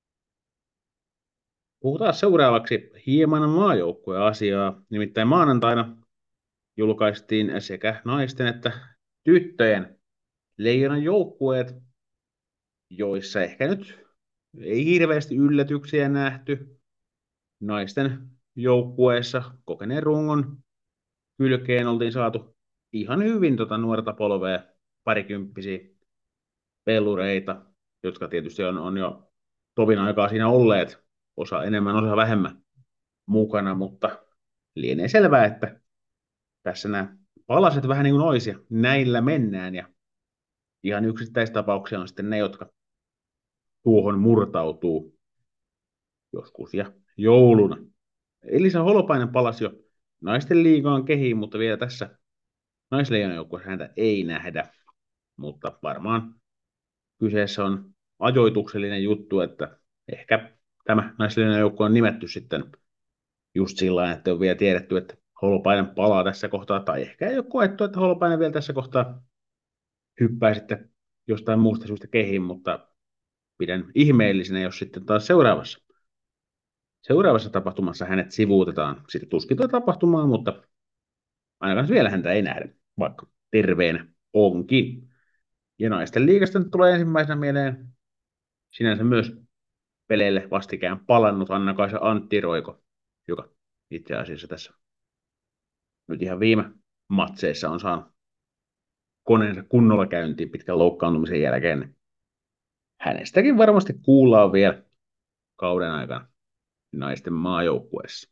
Puhutaan seuraavaksi hieman maajoukkueasiaa. Nimittäin maanantaina julkaistiin sekä naisten että tyttöjen Leijonan joukkueet, joissa ehkä nyt ei hirveästi yllätyksiä nähty. Naisten joukkueessa kokeneen rungon kylkeen oltiin saatu ihan hyvin tota nuorta polvea, parikymppisiä pelureita, jotka tietysti on, on jo tovin aikaa siinä olleet, osa enemmän, osa vähemmän mukana, mutta lienee selvää, että tässä nämä palaset vähän niin kuin olisi ja näillä mennään ja ihan yksittäistapauksia on sitten ne, jotka tuohon murtautuu joskus ja jouluna. Elisa Holopainen palasi jo naisten liigaan kehiin, mutta vielä tässä naisleijonan joukkueessa häntä ei nähdä, mutta varmaan kyseessä on ajoituksellinen juttu, että ehkä tämä naisleijonan joukkue on nimetty sitten just sillä tavalla, että on vielä tiedetty, että Holopainen palaa tässä kohtaa, tai ehkä ei ole koettu, että Holopainen vielä tässä kohtaa hyppää sitten jostain muusta syystä kehiin, mutta pidän ihmeellisenä, jos sitten taas seuraavassa, seuraavassa tapahtumassa hänet sivuutetaan. Sitten tuskin tuo tapahtumaa, mutta ainakaan vielä häntä ei nähdä, vaikka terveenä onkin. Ja naisten liigasta nyt tulee ensimmäisenä mieleen sinänsä myös peleille vastikään palannut Anna-Kaisa Antti Roiko, joka itse asiassa tässä nyt ihan viime matseissa on saanut koneensa kunnolla käyntiin pitkän loukkaantumisen jälkeen. Hänestäkin varmasti kuullaan vielä kauden aikana naisten maajoukkueessa.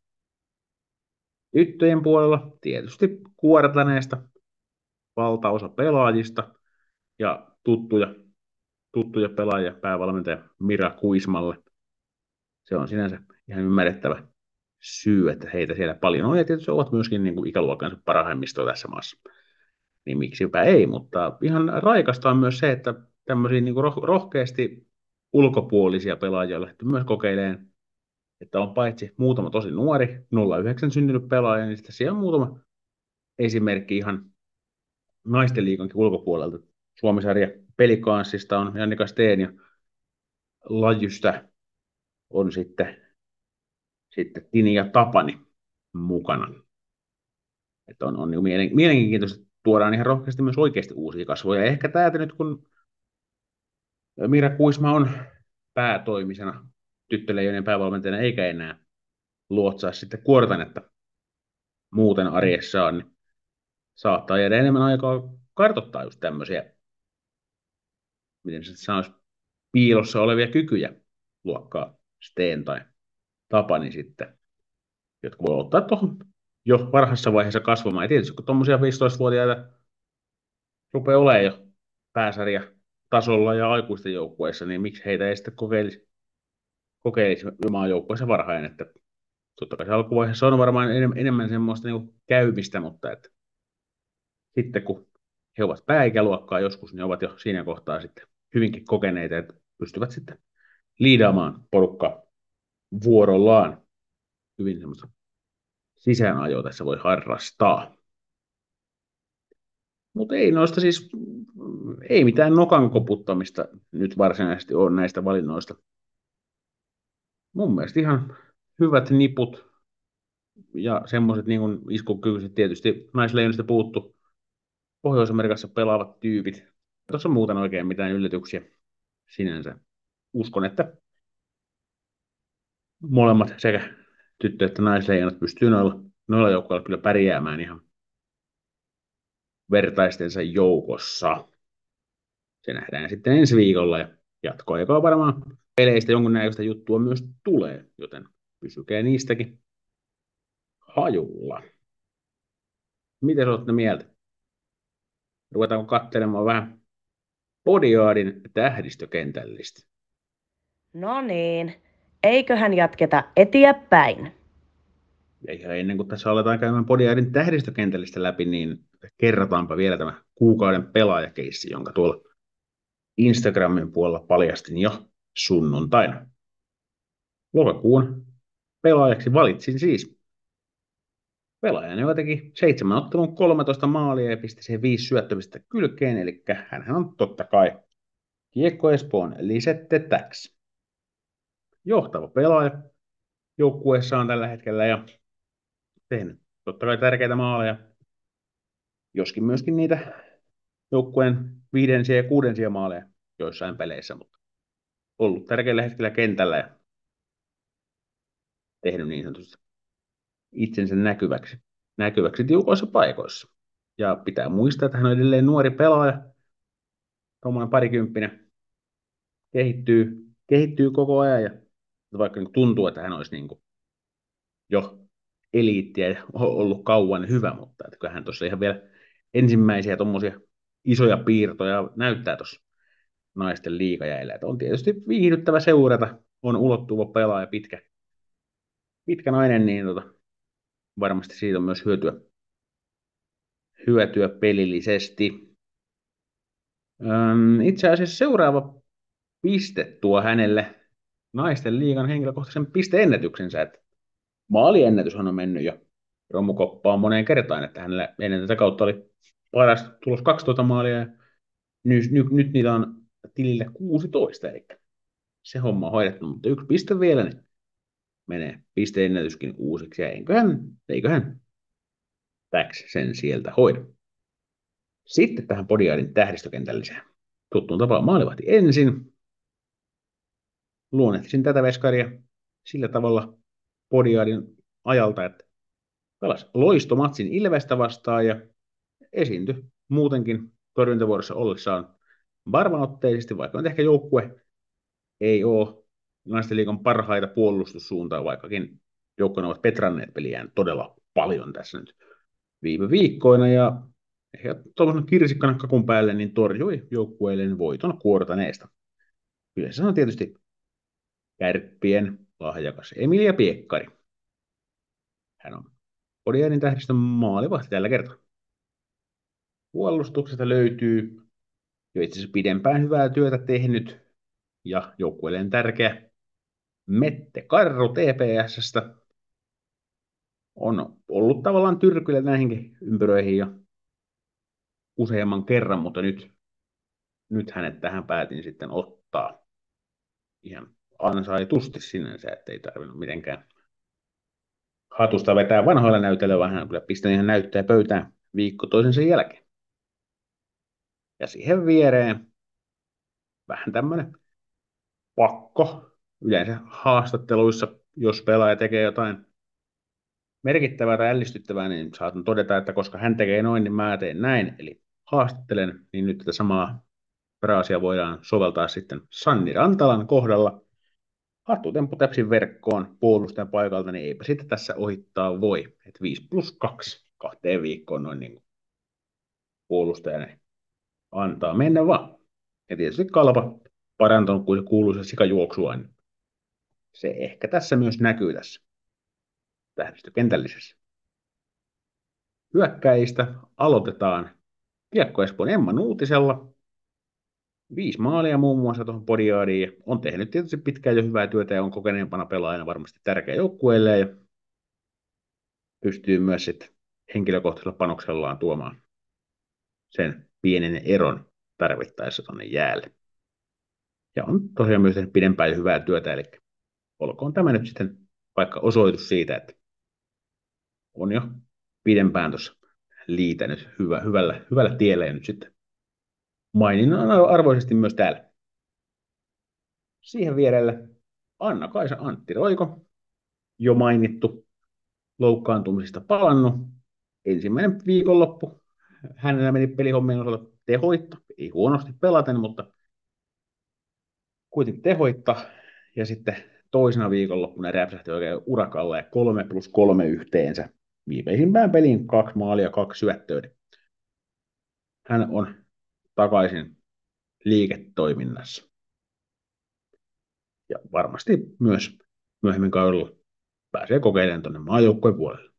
Tyttöjen puolella tietysti kuortaneesta valtaosa pelaajista ja tuttuja, tuttuja pelaajia päävalmentaja Mira Kuismalle. Se on sinänsä ihan ymmärrettävä syy, että heitä siellä paljon on, ja tietysti ovat myöskin niin kuin ikäluokkansa parhaimmistoa tässä maassa. Niin miksipä ei, mutta ihan raikasta on myös se, että tämmöisiä niin kuin roh- rohkeasti ulkopuolisia pelaajia on lähdetty myös kokeilemaan, että on paitsi muutama tosi nuori, nolla yhdeksän syntynyt pelaaja, niin sitten siellä on muutama esimerkki ihan naisten liigankin ulkopuolelta. Suomisarja Pelikanssista on Jannika Steen ja Lajystä on sitten, sitten Tini ja Tapani mukana. Että on, on niin mielen, mielenkiintoista, että tuodaan ihan rohkeasti myös oikeasti uusia kasvoja. Ehkä täältä nyt, kun Mira Kuisma on päätoimisena tyttöleijonien päävalmentajana, eikä enää luotsaa sitten kuortanetta muuten arjessaan, niin saattaa jäädä enemmän aikaa kartoittaa just tämmöisiä, miten se sanoisi, piilossa olevia kykyjä luokkaa Steen tai Tapani sitten, jotka voi ottaa tuohon jo varhaisessa vaiheessa kasvamaan. Ja tietysti kun tuommoisia viisitoistavuotiaita rupeaa olemaan jo pääsarja tasolla ja aikuisten joukkueessa, niin miksi heitä ei sitten kokeilisi, kokeilisi maajoukkueessa varhain, että Totta kai se alkuvaiheessa on varmaan enem- enemmän semmoista niin käymistä, mutta että sitten kun he ovat pääikäluokkaa joskus, niin ovat jo siinä kohtaa sitten hyvinkin kokeneita, että pystyvät sitten liidaamaan porukkaa vuorollaan. Hyvin semmoista sisäänajoa tässä voi harrastaa. Mutta ei noista siis, ei mitään nokan koputtamista nyt varsinaisesti ole näistä valinnoista. Mun mielestä ihan hyvät niput ja semmoiset niin kuin iskukykyiset tietysti naisleijonista puuttu Pohjois-Amerikassa pelaavat tyypit. Tuossa on muuten oikein mitään yllätyksiä sinänsä. Uskon, että molemmat sekä tyttö- että naisleijonat pystyy noilla, noilla joukkoilla kyllä pärjäämään ihan vertaistensa joukossa. Se nähdään sitten ensi viikolla ja jatkoaikaa varmaan peleistä jonkunnäköistä juttua myös tulee, joten pysykää niistäkin hajulla. Miten olette mieltä? Ruvetaanko katselemaan vähän Podiaadin tähdistökentällistä? No niin, eiköhän jatketa eteenpäin. Ja ihan ennen kuin tässä aletaan käymään Podiaadin tähdistökentällistä läpi, niin kerrataanpa vielä tämä kuukauden pelaajakeissi, jonka tuolla Instagramin puolella paljastin jo sunnuntaina. Lokakuun pelaajaksi valitsin siis pelaajan, joka teki seitsemän ottelun kolmetoista maalia ja pisti siihen viisi syöttämistä kylkeen, eli hänhän on totta kai Kiekko Espoon Lisette Täks. Johtava pelaaja joukkueessa on tällä hetkellä ja tehnyt totta kai tärkeitä maaleja, joskin myöskin niitä joukkueen viidensiä ja kuudensia maaleja joissain peleissä, mutta ollut tärkeällä hetkellä kentällä ja tehnyt niin sanotusti itsensä näkyväksi, näkyväksi tiukoissa paikoissa. Ja pitää muistaa, että hän on edelleen nuori pelaaja, tuommoinen parikymppinen, kehittyy, kehittyy koko ajan, ja vaikka niin tuntuu, että hän olisi niin kuin jo eliittiä ja ollut kauan hyvä, mutta että kyllähän tuossa ihan vielä ensimmäisiä tuommoisia isoja piirtoja näyttää tuossa naisten liigajäillä. Että on tietysti viihdyttävä seurata, on ulottuva pelaaja, pitkä, pitkä nainen, niin tota, varmasti siitä on myös hyötyä, hyötyä pelillisesti. Öm, itse asiassa seuraava piste tuo hänelle naisten liigan henkilökohtaisen pisteennätyksensä, että maaliennätyshän on mennyt jo romukoppaan moneen kertaan, että hänellä ennen tätä kautta oli paras tulos kaksitoista maalia ja nyt, nyt, nyt niitä on tilille kuusitoista, eli se homma on hoidettu, mutta yksi piste vielä, niin menee pisteennätyskin uusiksi, ja eiköhän, eiköhän Täks sen sieltä hoida. Sitten tähän Podiaadin tähdistökentälliseen. Tuttuun tapaan maalivahti ensin. Luonnehtisin tätä veskaria sillä tavalla Podiaadin ajalta, että pelasi loistomatsin Ilvestä vastaan ja esiintyi muutenkin torjuntavuorossa ollessaan varmaotteisesti, vaikka nyt ehkä joukkue ei ole naisten liigan parhaita puolustussuuntaa, vaikkakin joukkueet ovat petranneet peliään todella paljon tässä nyt viime viikkoina, ja ehkä tuollaisen kirsikkana kakun päälle niin torjui joukkueille voiton kuortaneesta. Kyseessä on tietysti Kärppien lahjakas Emilia Piekkari. Hän on Podiaadin tähdistön maalivahti tällä kertaa. Puolustuksesta löytyy jo itse asiassa pidempään hyvää työtä tehnyt ja joukkueelleen tärkeä Mette Karru T P S:stä. On ollut tavallaan tyrkyllä näihinkin ympyröihin jo useamman kerran, mutta nyt, nyt hänet tähän päätin sitten ottaa ihan ansaitusti sinänsä, ettei tarvinnut mitenkään hatusta vetää vanhoilla näytöillä, vaan hän kyllä pistänyt ihan näyttää pöytään viikko toisensa jälkeen. Ja siihen viereen vähän tämmöinen pakko yleensä haastatteluissa, jos pelaaja tekee jotain merkittävää tai ällistyttävää, niin saatan todeta, että koska hän tekee noin, niin mä teen näin. Eli haastattelen, niin nyt tätä samaa fraasia voidaan soveltaa sitten Sanni Rantalan kohdalla. Hattutemppu täpsin verkkoon puolustajan paikalta, niin eipä sitä tässä ohittaa voi. Et viisi plus kaksi kahteen viikkoon noin niin puolustajan antaa mennä vaan. Ja tietysti Kalpa parantunut, kun se kuuluisa sikajuoksua, niin se ehkä tässä myös näkyy tässä tähdistökentällisessä. Hyökkäistä aloitetaan Kiekko Espoon Emma Nuutisella. Viisi maalia muun muassa tuohon Podiaadiin. On tehnyt tietysti pitkään jo hyvää työtä ja on kokeneempana pelaajana varmasti tärkeä joukkueelle ja pystyy myös sitten henkilökohtaisella panoksellaan tuomaan sen pienen eron tarvittaessa tuonne jäälle. Ja on tosiaan myös tehnyt pidempään jo hyvää työtä, eli olkoon tämä nyt sitten vaikka osoitus siitä, että on jo pidempään tuossa liitänyt hyvä, hyvällä, hyvällä tiellä ja nyt sitten maininnan arvoisesti myös täällä. Siihen vierelle Anna-Kaisa Antti Roiko, jo mainittu, loukkaantumisista palannut. Ensimmäinen viikonloppu hänellä meni pelihommien osalta tehoitta, ei huonosti pelaten, mutta kuitenkin tehoitta. Ja sitten toisena viikonloppuna räpsähti oikein urakalla ja kolme plus kolme yhteensä. Viimeisimpään peliin kaksi maalia, kaksi syöttöä. Hän on takaisin liiketoiminnassa. Ja varmasti myös myöhemmin kaudella pääsee kokeilemaan tuonne maajoukkojen puolelle.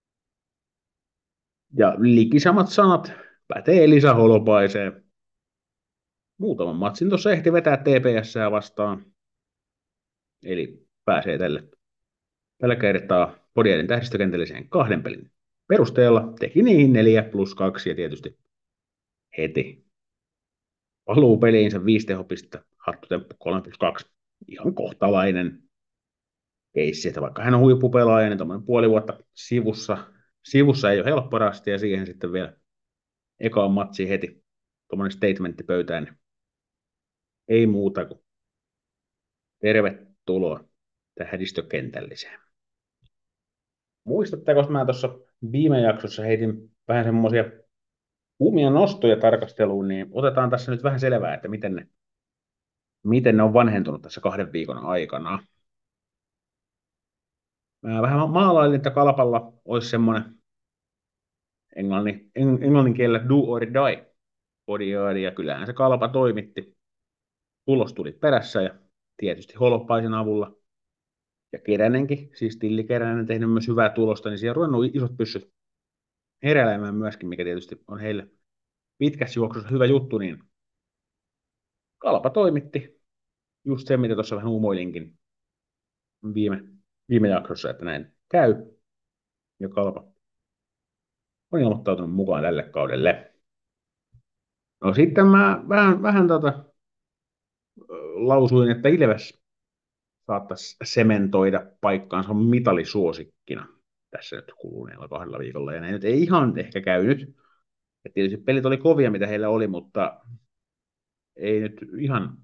Ja likisamat sanat pätee Elisa Holopaiseen. Muutaman matsin tuossa ehti vetää T P S:ää vastaan. Eli pääsee tälle, tällä kertaa Podiaidin tähdistökentälliseen kahden pelin perusteella. Teki niihin neljä plus kaksi ja tietysti heti paluu peliinsä viisi tehopistettä, hattutemppu kolme plus kaksi. Ihan kohtalainen keissi, että vaikka hän on huippupelaaja, niin tuommoinen puoli vuotta sivussa, sivussa ei ole helppo rasti ja siihen sitten vielä ekaan matsi heti tuommoinen statementti pöytään, niin ei muuta kuin tervetuloa tähdistökentälliseen. Muistatteko, että mä tuossa viime jaksossa heitin vähän semmoisia kuumia nostoja tarkasteluun, niin otetaan tässä nyt vähän selvää, että miten ne, miten ne on vanhentunut tässä kahden viikon aikana. Mä vähän maalailin, että Kalpalla olisi semmoinen englannin, englannin kielellä do or die Podiaadi, ja kyllähän se Kalpa toimitti. Tulos tuli perässä ja tietysti Holopaisen avulla. Ja Keränenkin, siis Tilli Keränen tehnyt myös hyvää tulosta, niin siellä on ruvennut isot pyssyt heräilemään myöskin, mikä tietysti on heille pitkässä juoksussa hyvä juttu, niin Kalpa toimitti just se, mitä tuossa vähän uumoilinkin viime, viime jaksossa, että näin käy. Ja Kalpa on ilmoittautunut mukaan tälle kaudelle. No sitten mä vähän, vähän tota, lausuin, että Ilves saattaisi sementoida paikkaansa mitalisuosikkina tässä nyt kuluneella kahdella viikolla. Ja näin nyt ei ihan ehkä käynyt. Et tietysti pelit oli kovia, mitä heillä oli, mutta ei nyt ihan,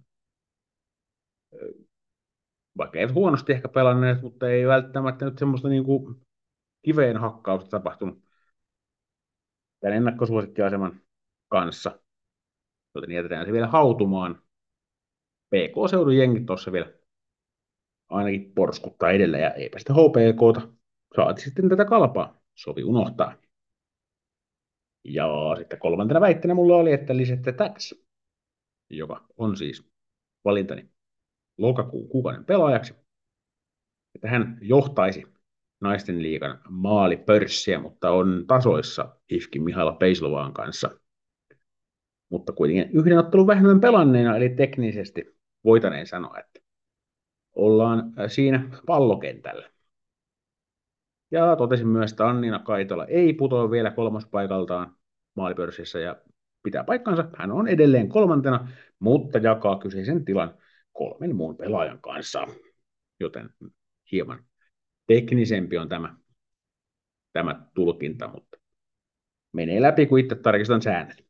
vaikka ei huonosti ehkä pelanneet, mutta ei välttämättä nyt semmoista niin kuin kiveen hakkausta tapahtunut tämän ennakkosuosikkiaseman kanssa. Joten jätetään se vielä hautumaan. P K-seudun jengit tuossa vielä ainakin porskuttaa edellä, ja eipä sitä H P K:ta saati sitten tätä Kalpaa sovi unohtaa. Ja sitten kolmantena väitteenä mulla oli, että Lisette Tax, joka on siis valintani lokakuun kuukauden pelaajaksi, että hän johtaisi naisten liigan maalipörssiä, mutta on tasoissa Ifkin Mihaila Peislovaan kanssa. Mutta kuitenkin yhden ottelun vähemmän pelanneena, eli teknisesti voitaneen sanoa, että ollaan siinä pallokentällä. Ja totesin myös, että Annina Kaitola ei putoa vielä kolmospaikaltaan maalipörssissä ja pitää paikkansa. Hän on edelleen kolmantena, mutta jakaa kyseisen tilan kolmen muun pelaajan kanssa. Joten hieman teknisempi on tämä, tämä tulkinta, mutta menee läpi, kun itse tarkistan säännöt.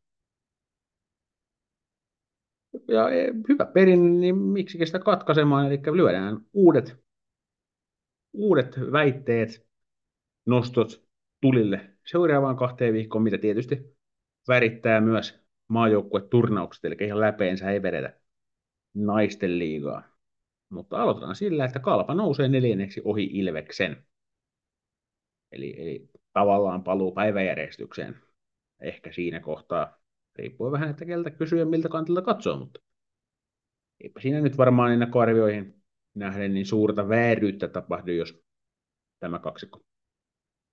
Ja hyvä perin, niin miksi sitä katkaisemaan, eli lyödään uudet, uudet väitteet, nostot tulille seuraavaan kahteen viikkoon, mitä tietysti värittää myös maajoukkueturnaukset, eli ihan läpeensä ei vedetä naisten liigaa. Mutta aloitetaan sillä, että Kalpa nousee neljänneksi ohi Ilveksen. Eli, eli tavallaan paluu päiväjärjestykseen. Ehkä siinä kohtaa, riippuu vähän, että keltä kysyä, miltä kantilta katsoo, mutta eipä siinä nyt varmaan ennakkoarvioihin nähden niin suurta vääryyttä tapahdu, jos tämä kaksikko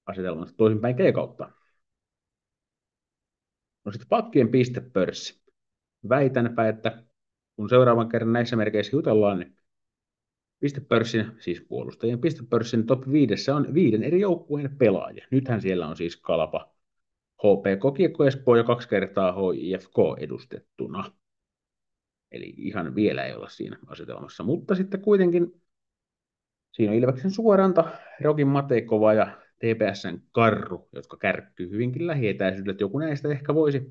asetelmasta toisinpäin G-kautta. No sitten pakkien pistepörssi. Väitänpä, että kun seuraavan kerran näissä merkeissä jutellaan, niin pistepörssin, siis puolustajien pistepörssin top viidessä on viiden eri joukkueen pelaajia. Nythän siellä on siis Kalpa, H P K, Kiekko Espoo ja kaksi kertaa H I F K edustettuna. Eli ihan vielä ei olla siinä asetelmassa, mutta sitten kuitenkin siinä on Ilveksen Suoranta, Rokin Matekova ja T P S:n Karru, jotka kärkkyy hyvinkin lähietäisyydeltä. Joku näistä ehkä voisi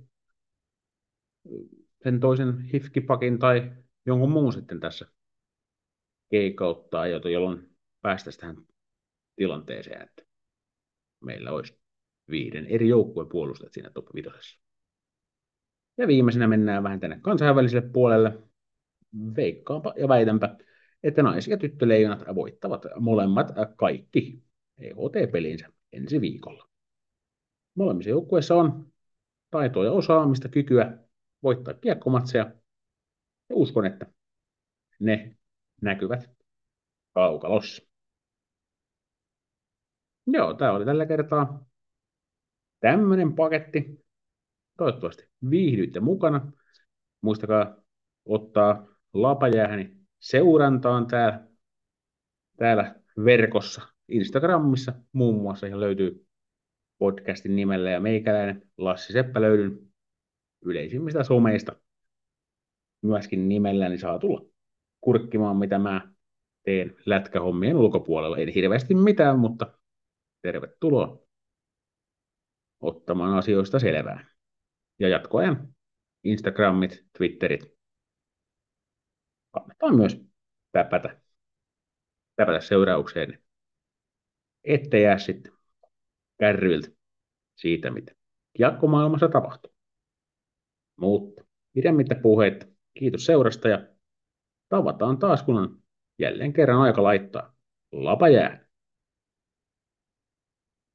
sen toisen hifkipakin tai jonkun muun sitten tässä keikauttaa, jolloin päästäisiin tähän tilanteeseen, että meillä olisi viiden eri joukkueen puolustajat siinä top vitosessa. Ja viimeisenä mennään vähän tänne kansainväliselle puolelle. Veikkaanpa ja väitänpä, että nais- ja tyttöleijonat voittavat molemmat kaikki E H T-pelinsä ensi viikolla. Molemmissa joukkueissa on taitoa ja osaamista, kykyä voittaa kiekkomatseja, ja uskon, että ne näkyvät kaukalossa. Joo, tämä oli tällä kertaa tämmöinen paketti. Toivottavasti viihdyitte mukana. Muistakaa ottaa Lapajäähäni seurantaan täällä, täällä verkossa. Instagramissa muun muassa ihan löytyy podcastin nimellä ja meikäläinen Lassi Seppä löydyn yleisimmistä someista myöskin nimellä, niin saa tulla kurkkimaan, mitä mä teen lätkähommien ulkopuolella. Ei hirveästi mitään, mutta tervetuloa ottamaan asioista selvää. Ja jatkoajan Instagramit, Twitterit kannattaa myös täpätä, täpätä seuraukseen, ettei jää sitten kärryiltä siitä, mitä kiekkomaailmassa tapahtuu. Mutta pidemmittä puheita, kiitos seurasta ja tavataan taas, kun on jälleen kerran aika laittaa lapa jää.